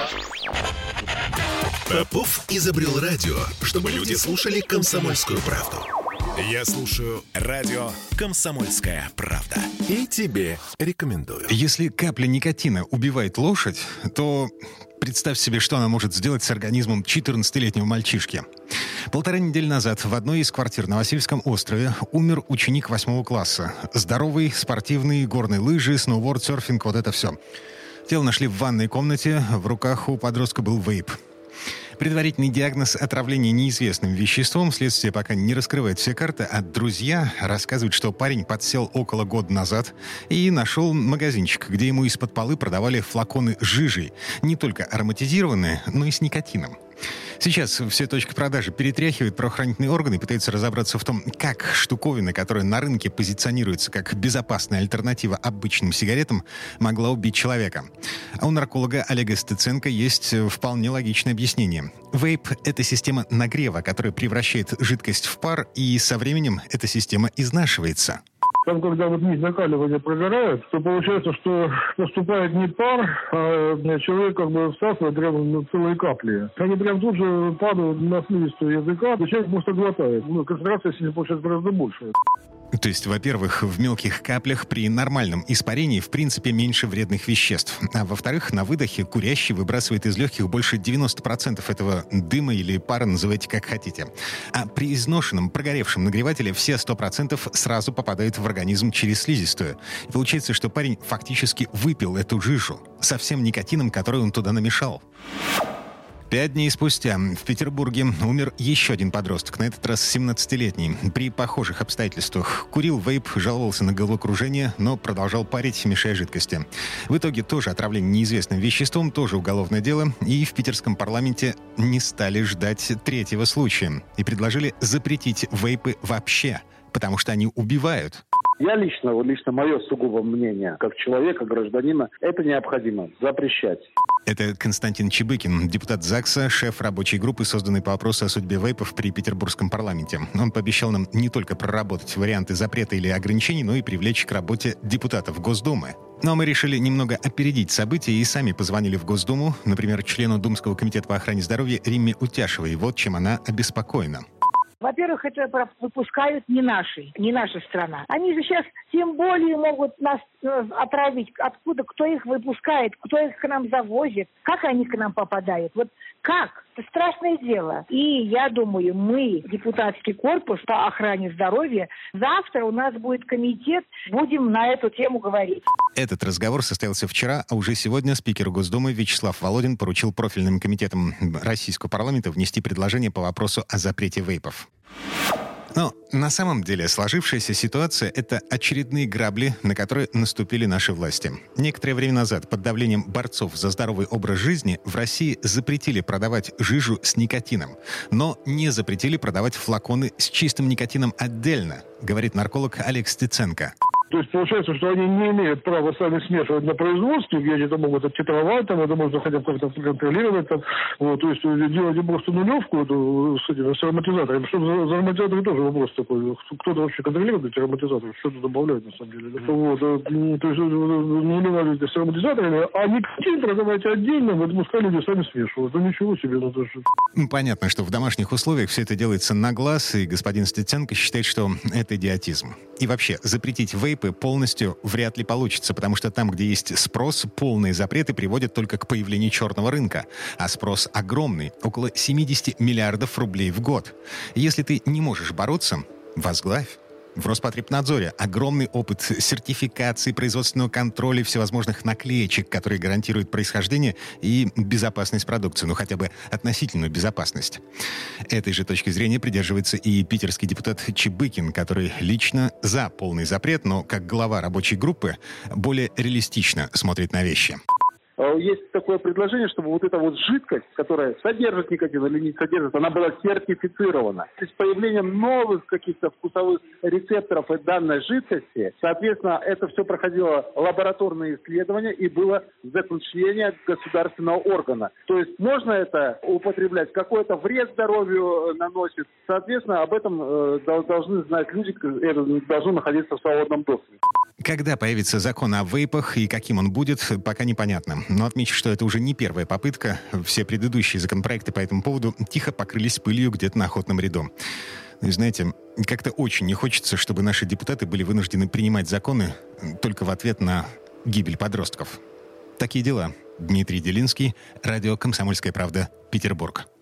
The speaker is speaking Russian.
Попов изобрел радио, чтобы люди слушали «Комсомольскую правду». Я слушаю радио «Комсомольская правда». И тебе рекомендую. Если капля никотина убивает лошадь, то представь себе, что она может сделать с организмом 14-летнего мальчишки. 1,5 недели назад в одной из квартир на Васильевском острове умер ученик 8 класса. Здоровый, спортивный, горные лыжи, сноуборд, серфинг, вот это все. Тело нашли в ванной комнате, в руках у подростка был вейп. Предварительный диагноз отравления неизвестным веществом. Следствие пока не раскрывает все карты, а друзья рассказывают, что парень подсел около года назад и нашел магазинчик, где ему из-под полы продавали флаконы жижи. Не только ароматизированные, но и с никотином. Сейчас все точки продажи перетряхивают правоохранительные органы и пытаются разобраться в том, как штуковина, которая на рынке позиционируется как безопасная альтернатива обычным сигаретам, могла убить человека. А у нарколога Олега Стеценко есть вполне логичное объяснение. Вейп — это система нагрева, которая превращает жидкость в пар, и со временем эта система изнашивается. Там, когда вот нить накаливания прогорает, то получается, что поступает не пар, а человек как бы всасывает прямо целые капли. Они прям тут же падают на слизистую языка, и человек просто глотает. Концентрация с ним получается гораздо больше. То есть, во-первых, в мелких каплях при нормальном испарении в принципе меньше вредных веществ. А во-вторых, на выдохе курящий выбрасывает из легких больше 90% этого дыма или пара, называйте как хотите. А при изношенном, прогоревшем нагревателе все 100% сразу попадают в организм через слизистую. И получается, что парень фактически выпил эту жижу со всем никотином, который он туда намешал. 5 дней спустя в Петербурге умер еще один подросток, на этот раз 17-летний. При похожих обстоятельствах курил вейп, жаловался на головокружение, но продолжал парить, мешая жидкости. В итоге тоже отравление неизвестным веществом, тоже уголовное дело. И в питерском парламенте не стали ждать третьего случая. И предложили запретить вейпы вообще, потому что они убивают. Я лично мое сугубо мнение, как человека, гражданина, это необходимо запрещать. Это Константин Чебыкин, депутат ЗАГСа, шеф рабочей группы, созданной по вопросу о судьбе вейпов при Петербургском парламенте. Он пообещал нам не только проработать варианты запрета или ограничений, но и привлечь к работе депутатов Госдумы. Но мы решили немного опередить события и сами позвонили в Госдуму, например, члену Думского комитета по охране здоровья Римме Утяшевой. Вот чем она обеспокоена. Во-первых, это выпускают не наша страна. Они же сейчас тем более могут нас отравить. Откуда, кто их выпускает, кто их к нам завозит, как они к нам попадают. Вот как? Это страшное дело. И я думаю, мы, депутатский корпус по охране здоровья, завтра у нас будет комитет, будем на эту тему говорить. Этот разговор состоялся вчера, а уже сегодня спикер Госдумы Вячеслав Володин поручил профильным комитетам Российского парламента внести предложение по вопросу о запрете вейпов. Но на самом деле сложившаяся ситуация — это очередные грабли, на которые наступили наши власти. Некоторое время назад под давлением борцов за здоровый образ жизни в России запретили продавать жижу с никотином, но не запретили продавать флаконы с чистым никотином отдельно, говорит нарколог Олег Стеценко. То есть получается, что они не имеют права сами смешивать на производстве, где они это могут оттитровать, там, это можно хотя бы как-то контролировать. Там, вот, то есть делать не просто нулевку эту, с ароматизатором. Что за ароматизаторы тоже вопрос такой. Кто-то вообще контролирует эти ароматизаторы, что-то добавляет на самом деле. Вот, то есть не наливали с ароматизаторами, а никотин продавать отдельно, вот пускай люди сами смешивают. Ну ничего себе. Ну, тоже. Понятно, что в домашних условиях все это делается на глаз, и господин Стеценко считает, что это идиотизм. И вообще, запретить вейп полностью вряд ли получится, потому что там, где есть спрос, полные запреты приводят только к появлению черного рынка. А спрос огромный, около 70 миллиардов рублей в год. Если ты не можешь бороться, возглавь. В Роспотребнадзоре огромный опыт сертификации, производственного контроля и всевозможных наклеечек, которые гарантируют происхождение и безопасность продукции, ну хотя бы относительную безопасность. Этой же точки зрения придерживается и питерский депутат Чебыкин, который лично за полный запрет, но как глава рабочей группы более реалистично смотрит на вещи. Есть такое предложение, чтобы вот эта вот жидкость, которая содержит никотин или не содержит, она была сертифицирована. То есть с появлением новых каких-то вкусовых рецепторов данной жидкости, соответственно, это все проходило лабораторные исследования и было заключение государственного органа. То есть можно это употреблять, какой-то вред здоровью наносит. Соответственно, об этом должны знать люди, это должно находиться в свободном доступе. Когда появится закон о вейпах и каким он будет, пока непонятно. Но отмечу, что это уже не первая попытка. Все предыдущие законопроекты по этому поводу тихо покрылись пылью где-то на охотном ряду. И знаете, как-то очень не хочется, чтобы наши депутаты были вынуждены принимать законы только в ответ на гибель подростков. Такие дела. Дмитрий Делинский, радио «Комсомольская правда», Петербург.